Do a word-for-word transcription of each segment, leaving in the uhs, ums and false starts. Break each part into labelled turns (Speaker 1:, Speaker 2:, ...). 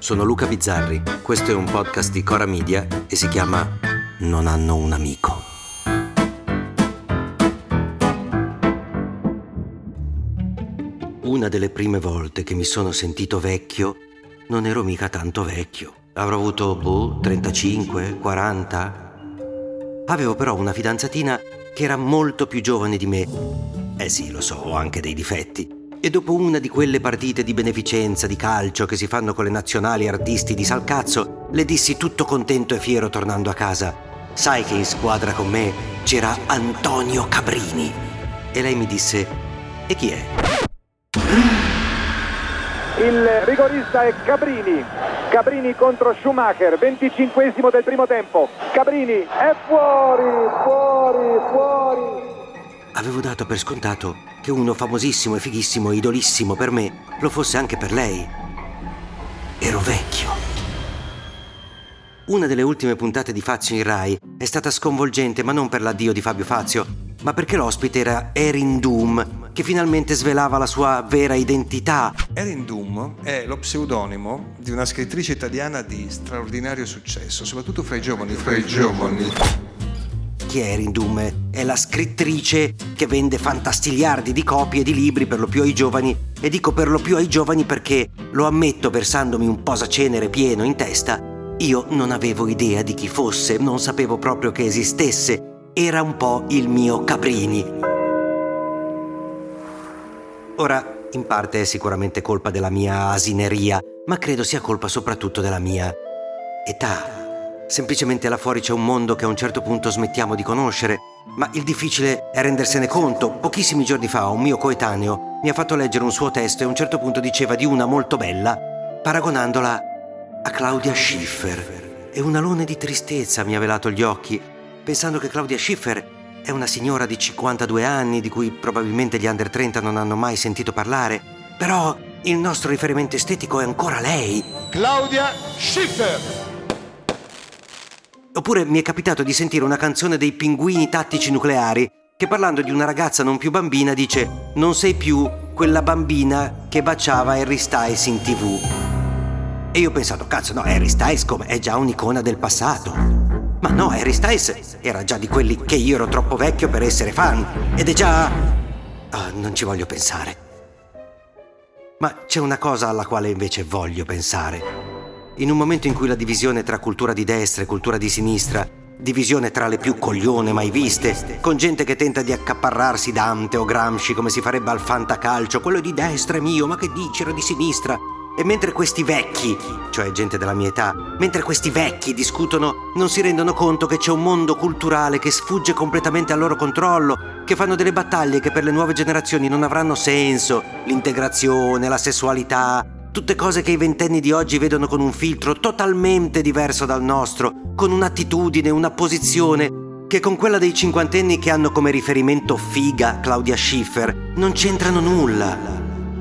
Speaker 1: sono Luca Bizzarri, questo è un podcast di Cora Media e si chiama Non hanno un amico. Una delle prime volte che mi sono sentito vecchio, non ero mica tanto vecchio. Avrò avuto, boh, trentacinque, quaranta. Avevo però una fidanzatina che era molto più giovane di me. Eh sì, lo so, ho anche dei difetti. E dopo una di quelle partite di beneficenza di calcio che si fanno con le nazionali artisti di Salcazzo, le dissi tutto contento e fiero tornando a casa: sai che in squadra con me c'era Antonio Cabrini? E lei mi disse: e chi è?
Speaker 2: Il rigorista è Cabrini. Cabrini contro Schumacher, venticinquesimo del primo tempo. Cabrini è fuori, fuori, fuori.
Speaker 1: Avevo dato per scontato che uno famosissimo e fighissimo e idolissimo per me lo fosse anche per lei. Ero vecchio. Una delle ultime puntate di Fazio in Rai è stata sconvolgente, ma non per l'addio di Fabio Fazio, ma perché l'ospite era Erin Doom, che finalmente svelava la sua vera identità.
Speaker 3: Erin Doom è lo pseudonimo di una scrittrice italiana di straordinario successo, soprattutto fra i giovani. Fra i giovani.
Speaker 1: Chi è Erin Doom? È la scrittrice che vende fantastiliardi di copie di libri per lo più ai giovani, e dico per lo più ai giovani perché, lo ammetto versandomi un posacenere pieno in testa, io non avevo idea di chi fosse, non sapevo proprio che esistesse. Era un po' il mio Cabrini. Ora, in parte è sicuramente colpa della mia asineria, ma credo sia colpa soprattutto della mia età. Semplicemente là fuori c'è un mondo che a un certo punto smettiamo di conoscere, ma il difficile è rendersene conto. Pochissimi giorni fa un mio coetaneo mi ha fatto leggere un suo testo e a un certo punto diceva di una molto bella, paragonandola a Claudia Schiffer, e un alone di tristezza mi ha velato gli occhi, pensando che Claudia Schiffer è una signora di cinquantadue anni di cui probabilmente gli under trenta non hanno mai sentito parlare, però il nostro riferimento estetico è ancora lei.
Speaker 2: Claudia Schiffer.
Speaker 1: Oppure mi è capitato di sentire una canzone dei Pinguini Tattici Nucleari che, parlando di una ragazza non più bambina, dice: non sei più quella bambina che baciava Harry Styles in tv. E io ho pensato: cazzo, no, Harry Styles come è già un'icona del passato. Ma no, Harry Styles era già di quelli che io ero troppo vecchio per essere fan, ed è già... Oh, non ci voglio pensare. Ma c'è una cosa alla quale invece voglio pensare. In un momento in cui la divisione tra cultura di destra e cultura di sinistra, divisione tra le più coglione mai viste, con gente che tenta di accaparrarsi Dante o Gramsci come si farebbe al fantacalcio, quello di destra è mio, ma che dici, era di sinistra. E mentre questi vecchi, cioè gente della mia età, mentre questi vecchi discutono, non si rendono conto che c'è un mondo culturale che sfugge completamente al loro controllo, che fanno delle battaglie che per le nuove generazioni non avranno senso, l'integrazione, la sessualità, tutte cose che i ventenni di oggi vedono con un filtro totalmente diverso dal nostro, con un'attitudine, una posizione che con quella dei cinquantenni che hanno come riferimento figa Claudia Schiffer non c'entrano nulla.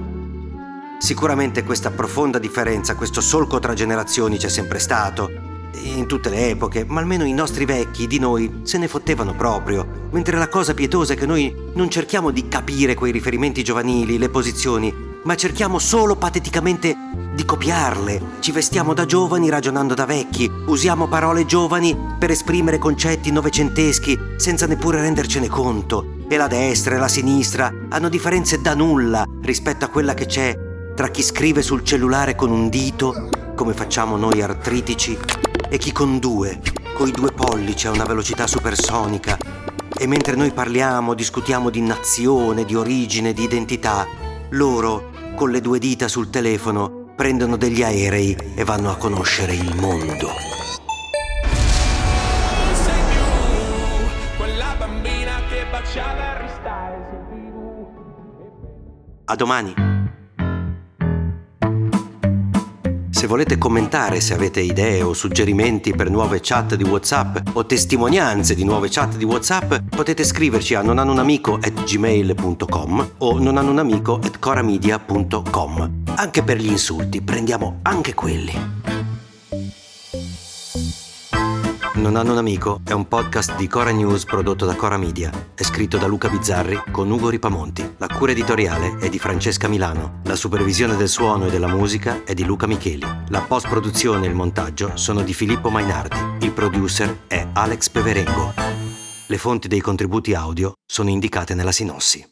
Speaker 1: Sicuramente questa profonda differenza, questo solco tra generazioni c'è sempre stato, in tutte le epoche, ma almeno i nostri vecchi di noi se ne fottevano proprio, mentre la cosa pietosa è che noi non cerchiamo di capire quei riferimenti giovanili, le posizioni, ma cerchiamo solo pateticamente di copiarle. Ci vestiamo da giovani ragionando da vecchi, usiamo parole giovani per esprimere concetti novecenteschi senza neppure rendercene conto, e la destra e la sinistra hanno differenze da nulla rispetto a quella che c'è tra chi scrive sul cellulare con un dito, come facciamo noi artritici, e chi con due, coi due pollici a una velocità supersonica. E mentre noi parliamo, discutiamo di nazione, di origine, di identità, loro, con le due dita sul telefono, prendono degli aerei e vanno a conoscere il mondo.
Speaker 4: Sei più quella bambina che baciava Harry Styles in tv.
Speaker 1: A domani! Se volete commentare, se avete idee o suggerimenti per nuove chat di WhatsApp o testimonianze di nuove chat di WhatsApp, potete scriverci a nonhannounamico at gmail punto com o nonhannounamico at coramedia punto com. Anche per gli insulti, prendiamo anche quelli. Non hanno un amico è un podcast di Cora News prodotto da Cora Media. È scritto da Luca Bizzarri con Ugo Ripamonti. La cura editoriale è di Francesca Milano. La supervisione del suono e della musica è di Luca Micheli. La post-produzione e il montaggio sono di Filippo Mainardi. Il producer è Alex Peverengo. Le fonti dei contributi audio sono indicate nella sinossi.